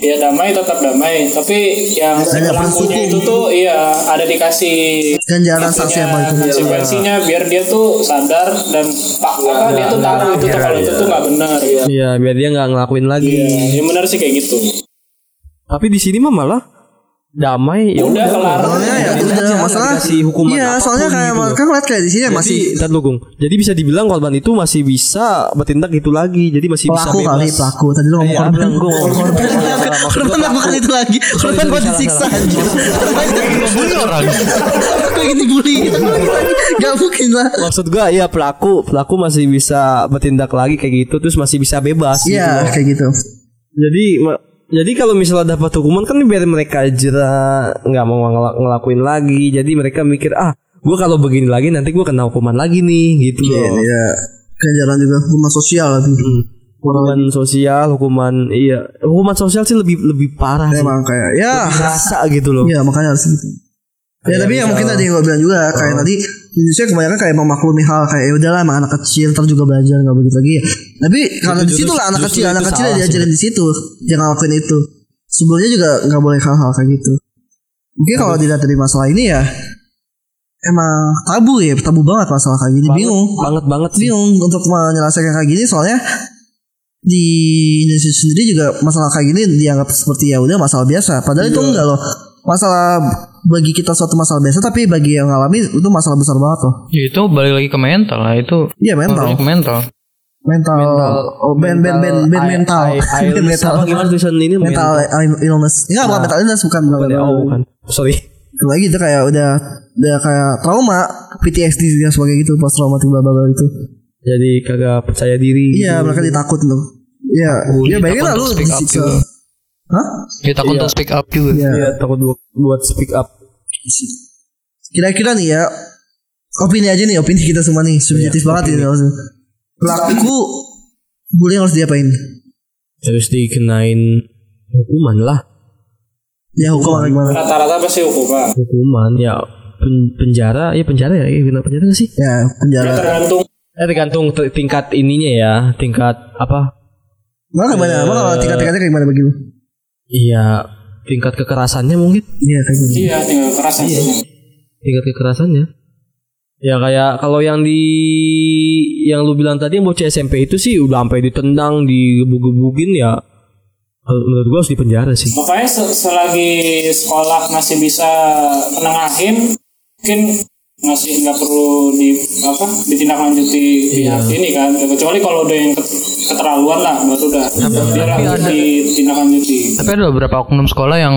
ya damai tetap damai, tapi yang si pelakunya itu tuh iya ada dikasih ganjaran sanksi apa itu konsekuensinya biar dia tuh sadar dan pak apa dia tuh tahu itu tuh kalau itu tuh nggak benar. Iya, biar dia nggak ngelakuin lagi. Iya, yang benar sih kayak gitu. Tapi di sini mah malah damai ya udah kelar. Soalnya ya udah masalah kasih hukuman. Iya, soalnya kayak gitu kan lihat kayak di sini masih entar dukung. Jadi bisa dibilang korban itu masih bisa bertindak gitu lagi. Jadi masih pelaku bisa kali bebas. pelaku tadi lu ngomong korban. Korban Korban melakukan itu lagi. Korban buat disiksa anjir. Bully orang. Kayak gitu bully. Gak mungkin lah. Maksud gua ya pelaku pelaku masih bisa bertindak lagi kayak gitu terus masih bisa bebas gitu. Iya, kayak gitu. Jadi Jadi kalau misalnya dapat hukuman kan biar mereka jera nggak mau ngel- ngelakuin lagi. Jadi mereka mikir ah, gue kalau begini lagi nanti gue kena hukuman lagi nih gitu. Iya, iya. Ganjaran juga hukuman sosial lagi. Hmm. Hukuman sosial, hukuman iya, hukuman sosial sih lebih lebih parah sih. Emang kayak ya Rasa gitu loh. Iya, makanya harus gitu. Ya, tapi ya mungkin tadi yang gue bilang juga kayak tadi Indonesia kebanyakan kayak memaklumi hal kayak ya udahlah emang anak kecil ntar juga belajar nggak begitu lagi ya. Tapi karena di situ lah anak kecil anak kecil diajarin di situ yang ngelakuin itu. Sebelumnya juga nggak boleh hal-hal kayak gitu. Mungkin kalau dilihat dari masalah ini ya emang tabu ya tabu banget masalah kayak gini. Bingung banget banget sih. Bingung untuk menyelesaikan kayak gini soalnya di Indonesia sendiri juga masalah kayak gini dianggap seperti ya udah masalah biasa. Padahal itu enggak loh. Masalah bagi kita suatu masalah biasa tapi bagi yang ngalami itu masalah besar banget loh. Ya itu balik lagi ke mental lah itu. Iya mental. Ke mental. Mental. Oh band band band band mental. Band mental. Gimana tulisan ini? Mental illness. Enggak bukan mental illness bukan bukan. Oh bukan. Sorry. Lagi itu kayak udah udah kayak trauma P T S D juga sebagai gitu post traumatic bla bla itu. Jadi kagak percaya diri. Iya mereka ditakut loh. Iya. Iya bayangin lah lu disiksa. Hah? Dia takut untuk speak up juga. Iya. Iya takut buat, buat speak up. Kira-kira nih ya opini aja nih opini kita semua nih subjektif ya, banget ini maksudnya. Pelaku bullying harus diapain? Harus dikenain hukuman lah. Ya hukuman gimana? Rata-rata pasti hukuman. Hukuman ya pen, penjara ya penjara ya kena penjara gak sih? Ya penjara. Ya, tergantung. Eh tergantung t- tingkat ininya ya tingkat apa? Mana gimana? Mana kalau tingkat-tingkatnya kayak gimana bagi lu? Iya tingkat kekerasannya mungkin. Iya kayak gitu. Iya, tinggal kerasan. Iya. Tingkat kekerasannya. Ya kayak kalau yang di yang lu bilang tadi yang bocah S M P itu sih udah sampai ditendang, digebuk-gebukin ya. Menurut gua harus dipenjara sih. Makanya se- selagi sekolah masih bisa menengahin, mungkin masih nggak perlu di apa ditindaklanjuti pihak ini kan. Kecuali kalau udah yang keterlaluan lah, baru udah biar ditindaklanjuti. Tapi ada beberapa oknum sekolah yang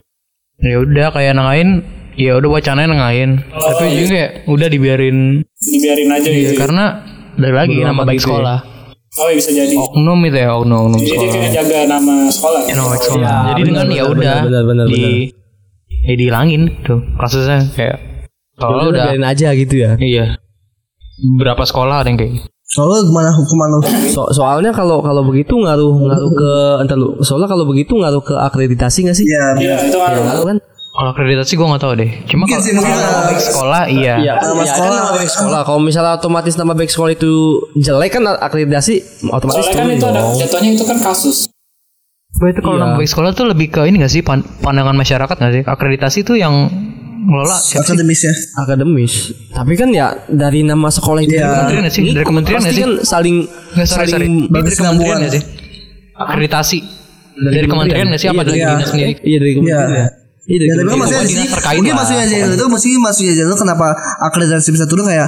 ya udah kayak nengahin, ya udah wacananya nengahin. Oh, tapi iya. juga kayak udah dibiarin. Dibiarin aja Iya, gitu. karena dari lagi Belum nama apa baik gitu sekolah. Oh iya bisa jadi. Oknum itu ya oknum oknum Jadi dia sekolah. kayak jaga nama sekolah. Ya, nama baik sekolah. Ya, Jadi benar, dengan benar, ya udah benar, benar, di benar. ya dihilangin tuh kasusnya kayak kalau Udah udah biarin aja gitu ya. iya berapa sekolah ada yang kayak gitu. Kalau gimana hukuman lu? So, soalnya kalau kalau begitu ngaruh ngaruh ke entar lu. Soalnya kalau begitu ngaruh ke akreditasi nggak sih? Iya. Iya itu Ya, kan. ngaruh kan? Kalau akreditasi gue nggak tahu deh. Cuma Mungkin kalau sih, mungkin kalau ada. baik sekolah iya. Iya, Nama ya, sekolah. kan nama baik sekolah. Kalau misalnya otomatis nama baik sekolah itu jelek kan akreditasi otomatis Soalnya kan turun itu ada dong. jatuhnya itu kan kasus. Bah, itu kalau Iya. nama baik sekolah tuh lebih ke ini nggak sih pan- pandangan masyarakat nggak sih? Akreditasi tuh yang ngelola siapa sih? Akademis ya. Akademis. Tapi kan ya dari nama sekolah itu Iya. juga kan Kementerian nggak sih? Dari kementerian nggak pasti sih? kan saling Nggak sorry sorry. saling Dari Bagus kementerian sambungan. nggak sih? Akreditasi dari, kementerian nggak sih apa Iya, dari iya. dinas sendiri? Iya dari kementerian Iya. ya. Iya dari Ya tapi kementerian. maksudnya Pokoknya di dinas terkait mungkin lah. maksudnya aja itu mungkin maksudnya aja itu kenapa akreditasi bisa turun kayak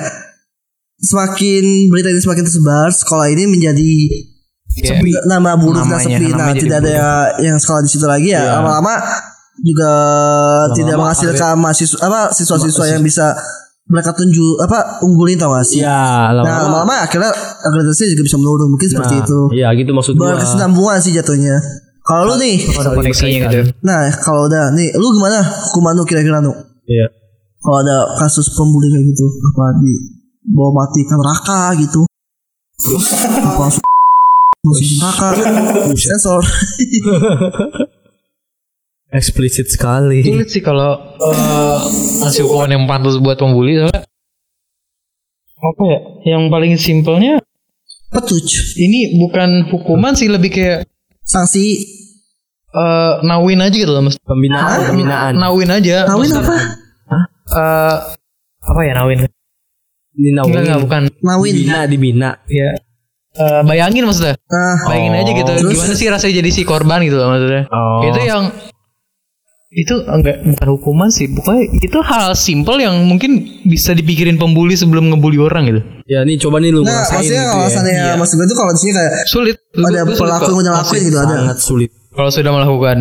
semakin berita ini semakin tersebar sekolah ini menjadi Iya. sepi, nama buruk dan Namanya- sepi. Nah namanya jadi tidak ada yang sekolah di situ lagi ya. Iya. Lama-lama juga tidak menghasilkan mahasiswa apa siswa-siswa yang bisa mereka tunjuk apa unggulin tau gak sih? Iya, Nah lama-lama. lama-lama akhirnya akreditasi juga bisa menurun mungkin seperti Nah, itu. Iya gitu maksud gua. Berkesinambungan sih jatuhnya. Kalau lu nih, Ada koneksinya gitu. nah kalau udah nih, lu gimana hukuman lu kira-kira nu? Iya. Kalau ada kasus pembuli kayak gitu, apa di bawa mati ke neraka gitu? Apa langsung masuk neraka? Sensor. Eksplisit sekali. Sulit sih kalau eh, ngasih hukuman yang pantas buat pembuli soalnya apa ya? Yang paling simpelnya Petuj, ini bukan hukuman sih lebih kayak sanksi. uh, nawin aja gitu loh mas. Pembinaan, pembinaan. Nawin aja. Nawin Maksudnya, apa? Hah? Uh, apa ya nawin? Dinawin. Enggak, enggak, bukan. Nawin. Dibina, dibina. Ya. Uh, bayangin maksudnya. Ah, Bayangin Oh. aja gitu. Terus? Gimana sih rasanya jadi si korban gitu loh maksudnya. Oh. Itu yang itu enggak bukan hukuman sih. Pokoknya itu hal simpel yang mungkin bisa dipikirin pembuli sebelum ngebully orang gitu. Ya nih coba nih lu nah, ngerasain maksudnya gitu kalau ya. alasannya Iya. maksud gue tuh kalau di sini kayak Sulit. ada Gue sulit pelaku kok. yang udah lakuin gitu ada. Sangat sulit. Kalau sudah melakukan.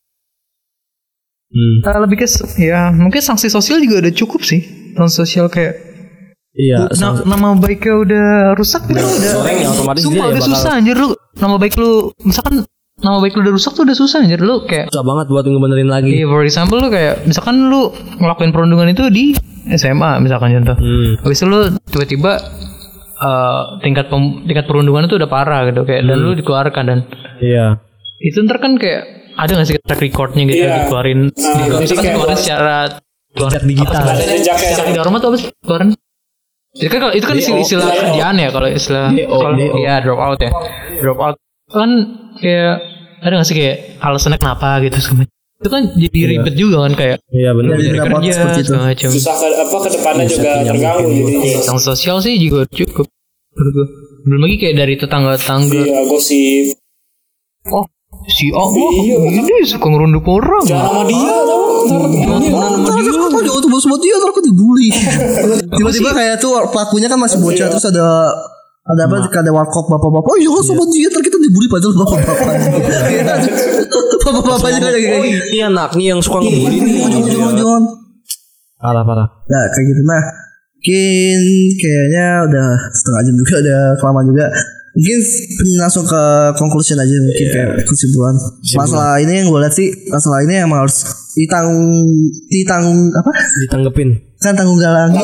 Hmm. Uh, lebih ke ya mungkin sanksi sosial juga udah cukup sih. Sanksi sosial kayak Iya, na- sangat- nama baiknya udah rusak gitu udah. Orang yang otomatis dia Sumpah ya udah bakal- susah anjir lu. Nama baik lu misalkan nama baik lu udah rusak tuh udah susah anjir lu kayak susah banget buat ngebenerin lagi. iya, for example lu kayak misalkan lu ngelakuin perundungan itu di S M A misalkan contoh. Hmm. Habis itu lu tiba-tiba uh, tingkat pem- tingkat perundungan itu udah parah gitu kayak dan lu dikeluarkan dan Iya. itu ntar kan kayak ada nggak sih track recordnya gitu Iya. dikeluarin Nah, di, jadi misalkan kayak- dikeluarin secara Jejak digital. Ada jejaknya. secara tidak hormat tuh apa sih keluarin itu kan kalau- itu kan istilah, istilah kerjaan ya kalau istilah D O, kalau D O. ya drop out ya drop out kan kayak ada nggak sih kayak alasannya kenapa gitu sebenarnya itu kan jadi ribet juga kan kayak Iya benar. Jadi dari kenapa kerja seperti itu? segala macam. Susah ke apa ke depannya juga terganggu jadinya. Yang sosial sih juga cukup menurut gue. Belum lagi kayak dari tetangga-tetangga. Iya, gosip. Oh, si O oh, Iya. ini suka ngerunduk orang. Jangan sama dia tau. Ntar Ntar aku jauh tuh bos dia ntar aku dibully. Tiba-tiba kayak tuh pelakunya kan masih bocah terus ada ada apa ada warkop bapak-bapak. Oh iya sama dia ntar kita dibully padahal bapak-bapak. Bapak-bapaknya kayak kayak gitu. Ini anaknya yang suka ngebully nih. Jangan jangan jangan. Parah parah. Nah kayak gitu nah. Mungkin kayaknya udah setengah jam juga udah kelamaan juga. Mungkin langsung ke conclusion aja mungkin kayak kesimpulan. Masalah ini yang gue lihat sih masalah ini emang harus ditanggung ditanggung apa? Ditanggepin. Kan tanggung galangi.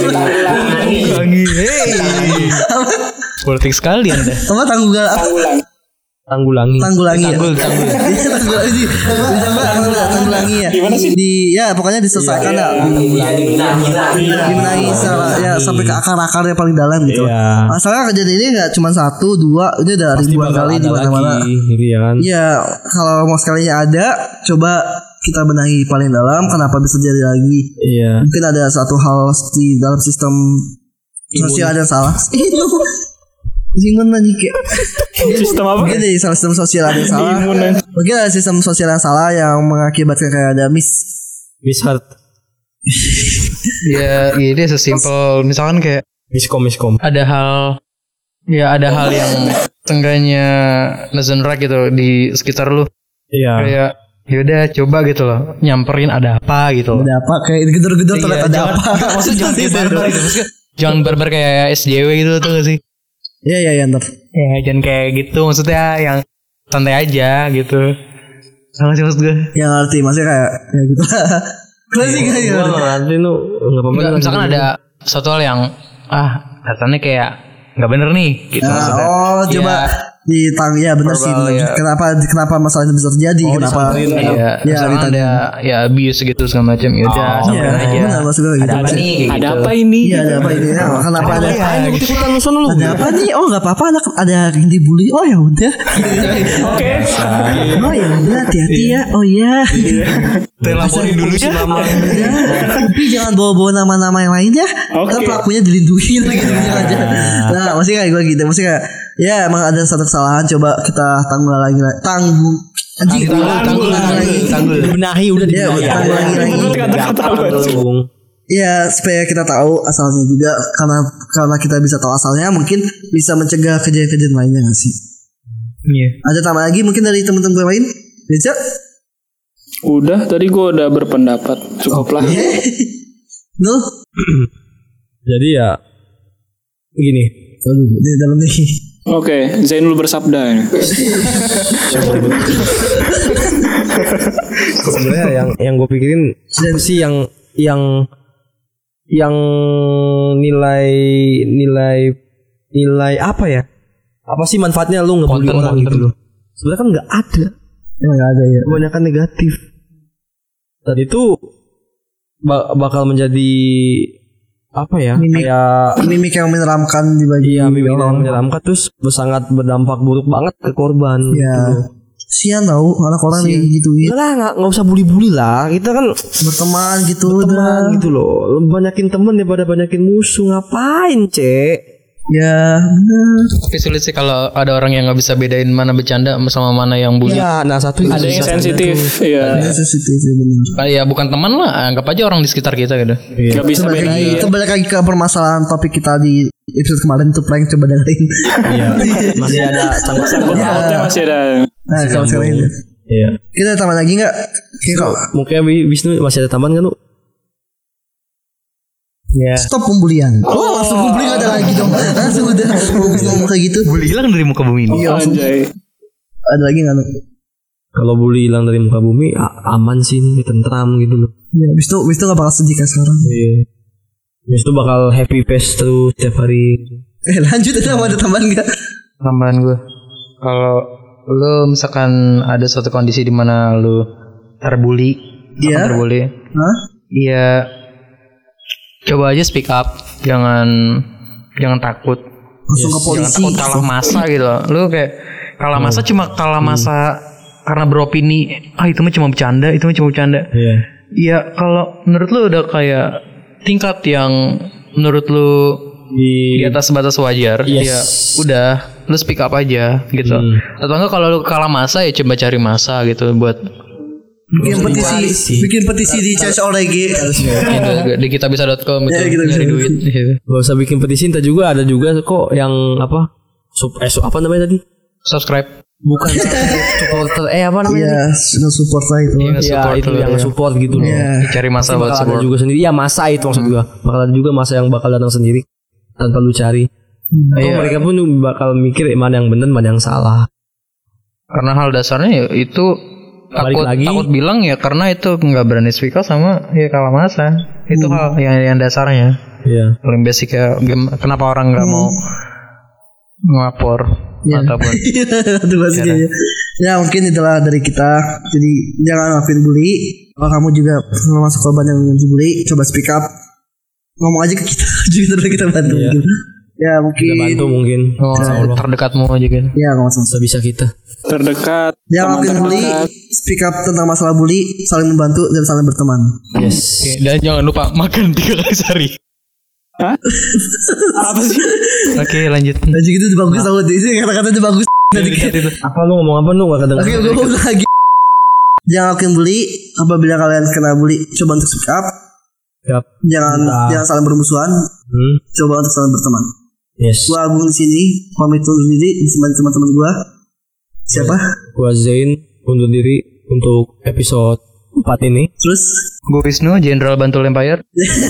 Lagi, hey. Politik sekali anda. Apa tanggung galangi? ulang. Tanggulangi. Tanggulangi ya. Tanggul, tanggul. Iya tanggulangi. Ditambah tanggulangi ya. Gimana sih? Di ya pokoknya diselesaikan ya. Dibenahi secara ya sampai ke akar-akarnya paling dalam gitu. Iya. Masalah kejadian ini nggak cuma satu dua ini udah Pasti ribuan bakal kali ada di mana-mana. lagi, gitu ya kan. Iya kalau mau sekalinya ada coba kita benahi paling dalam kenapa bisa jadi lagi. Iya. Mungkin ada satu hal di dalam sistem sosial ada yang salah. Imun aja kayak Sistem apa? mungkin di sistem sosial ada yang salah. Mungkin ada sistem sosial yang salah yang mengakibatkan kayak ada miss. Miss Heart. Ya, ini sesimpel misalkan kayak Miskom miskom. ada hal ya ada hal yang tengganya doesn't right gitu di sekitar lu Iya. kayak yaudah coba gitu loh nyamperin ada apa gitu loh. Ada apa kayak gedor-gedor Iya, terlihat ada jangan- apa. maksudnya jangan kayak barbar gitu maksudnya jangan barbar kayak S J W gitu tuh gak sih Iya iya iya ntar. ya jangan kayak gitu maksudnya yang santai aja gitu sama sih maksud gue Yang ngerti maksudnya kayak kayak gitu. Klasik kan ya. Gua nggak ngerti lu nggak apa-apa. Nggak, misalkan ada suatu hal yang ah katanya kayak nggak bener nih gitu Nah, maksudnya. oh coba Ya, ditang ya benar sih. Verbal, ya. Kenapa kenapa masalah ini bisa terjadi? Oh, kenapa? disamperin. Iya, Ya, misalkan ditanya. ada ya abuse gitu segala macam ya udah Oh, sampein iya, aja. benar, maksud gue gitu. Ada apa nih? Kayak Ada gitu. apa ini? Iya ada apa ini? Ya, kenapa ada? Ayo ikut-ikutan lu sono lu. Ada apa nih? Oh nggak apa-apa ada ada yang dibully. Oh ya udah. Oke. Oh ya udah hati-hati ya. Oh iya. Telaponin dulu si mama. Ya, tapi jangan bawa-bawa nama-nama yang lain ya. Kan Oke. pelakunya dilindungi gitu aja. Nah, maksudnya kayak gue gitu. Maksudnya kayak ya emang ada satu kesalahan coba kita tanggung lagi tanggung anjing Tanggul, tanggul, lagi. tanggul. Dibenahi udah Iya, dibenahi. tanggung lagi lagi. Kata-kata apa sih? Bung. Iya, supaya kita tahu asalnya juga karena karena kita bisa tahu asalnya mungkin bisa mencegah kejadian-kejadian lainnya nggak sih? Iya. Ada tambah lagi mungkin dari teman-teman gue lain? Bisa? Udah, tadi gue udah berpendapat. Cukup lah. Nul? Jadi ya gini. Di dalam nih. Oke, Zainul bersabda ya. Sebenarnya yang yang gue pikirin sih yang yang yang nilai nilai nilai apa ya? Apa sih manfaatnya lu ngebully Konten, orang konten. gitu loh? Sebenarnya kan nggak ada. Emang nggak ada ya. Kebanyakan negatif. Dan itu ba- bakal menjadi apa ya? Mimik. Kayak Mimik yang menyeramkan di bagi iya mimik yang orang. menyeramkan terus sangat berdampak buruk banget ke korban. Iya. gitu. Sian tahu anak orang nih gitu ya. Lah nggak nggak usah bully-bully lah. Kita kan Berteman gitu teman udah. gitu loh. Banyakin temen daripada banyakin musuh. Ngapain, Cek? Ya benar. Tapi sulit sih kalau ada orang yang nggak bisa bedain mana bercanda sama mana yang bully. Ya, nah satu Ada yang sensitif, iya. Ya sensitif ya benar. Ah, ya bukan teman lah, anggap aja orang di sekitar kita gitu. Gak bisa Balik lagi, bedain. kita balik lagi ke permasalahan topik kita di episode kemarin tuh prank, coba dengerin. Iya. Masih ada sangkut Sangkut pautnya masih ada. Nah sama sekali ini. Iya. Kita tambah lagi nggak? Kita Mungkin Wisnu masih ada tambahan kan lu? Ya. stop pembulian. Oh langsung pembuli nggak ada lagi dong. Langsung udah ngomong kayak gitu. Bully hilang dari muka bumi ini. Iya langsung. Anjay. Ada lagi nggak? Kalau bully hilang dari muka bumi a- aman sih nih, tentram gitu loh. Ya, bis itu bis itu nggak bakal sedih kan sekarang. Iya. Habis itu bakal happy face terus setiap hari. Eh lanjut ada ada tambahan nggak? Tambahan gue. Kalau lu misalkan ada suatu kondisi di mana lu terbully, Iya. akan terbully, Hah? iya coba aja speak up, jangan jangan takut, Langsung ke jangan polisi. takut kalah masa gitu loh. Lu kayak kalah masa cuma kalah masa karena beropini, ah itu mah cuma bercanda, itu mah cuma bercanda. Iya. Iya, kalau menurut lu udah kayak tingkat yang menurut lu Di di atas batas wajar, Yes. ya udah lu speak up aja gitu. Hmm. Atau enggak kalau lu kalah masa ya coba cari masa gitu buat Bikin petisi, bikin petisi di C S O R G. gitu, di kitabisa dot com itu Ya, Kitabisa. nyari duit gitu. Gak usah bikin petisi, entah juga ada juga kok yang apa sub eh, sub- apa namanya tadi? Subscribe. Bukan supporter eh apa namanya? Iya, sudah support lah itu. Iya, Ya support itu lu, yang ya. support gitu loh. Iya. Cari masa Pasti buat bakal ada support. juga sendiri. Ya masa itu maksud gua. Bakal ada juga masa yang bakal datang sendiri tanpa lu cari. Atau Iya. mereka pun bakal mikir eh, mana yang benar, mana yang salah. Karena hal dasarnya ya itu Balik takut lagi. takut bilang ya karena itu nggak berani speak up sama ya kalah masa. Itu hal yang yang dasarnya. Iya. Paling basic ya gem- kenapa orang nggak mau ngelapor Iya. ataupun Itu basicnya. Ya mungkin itulah dari kita. Jadi jangan lakuin bully. Kalau kamu juga termasuk korban yang dibully, coba speak up. Ngomong aja ke kita, juga terus kita bantu. Iya. Mungkin. Ya mungkin. Kita bantu mungkin. oh, terdekatmu aja gitu. Ya nggak masalah. Sebisa kita. Terdekat. Jangan teman lakuin bully. terdekat. Speak up tentang masalah bully. Saling membantu dan saling berteman. Yes. Oke, dan jangan lupa makan tiga kali sehari. Hah? Apa sih? Oke, lanjut. Dan juga itu bagus tau. Itu kata-kata itu bagus. Tadi Apa lu ngomong apa lu gak kedengeran? Oke, gue ulang lagi. Jangan lakuin bully. Apabila kalian kena bully, coba untuk speak up. Siap. Jangan Entah. jangan saling bermusuhan. Hmm. Coba untuk saling berteman. Yes. Gua Agung di sini, pamit undur diri sama teman-teman gua. Siapa? Gua Zain undur diri untuk episode empat ini. Terus Gue Wisnu, Jenderal Bantul Empire.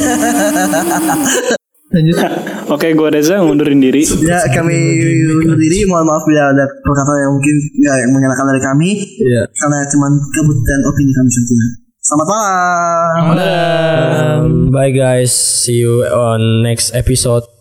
lanjut. Oke, gue Reza ngundurin diri. Ya kami undur diri. Mohon maaf bila ada perkataan yang mungkin ya, yang mengenakan dari kami. Iya. Karena cuman kabut dan opini kami saja. Selamat malam. Um, bye guys. See you on next episode.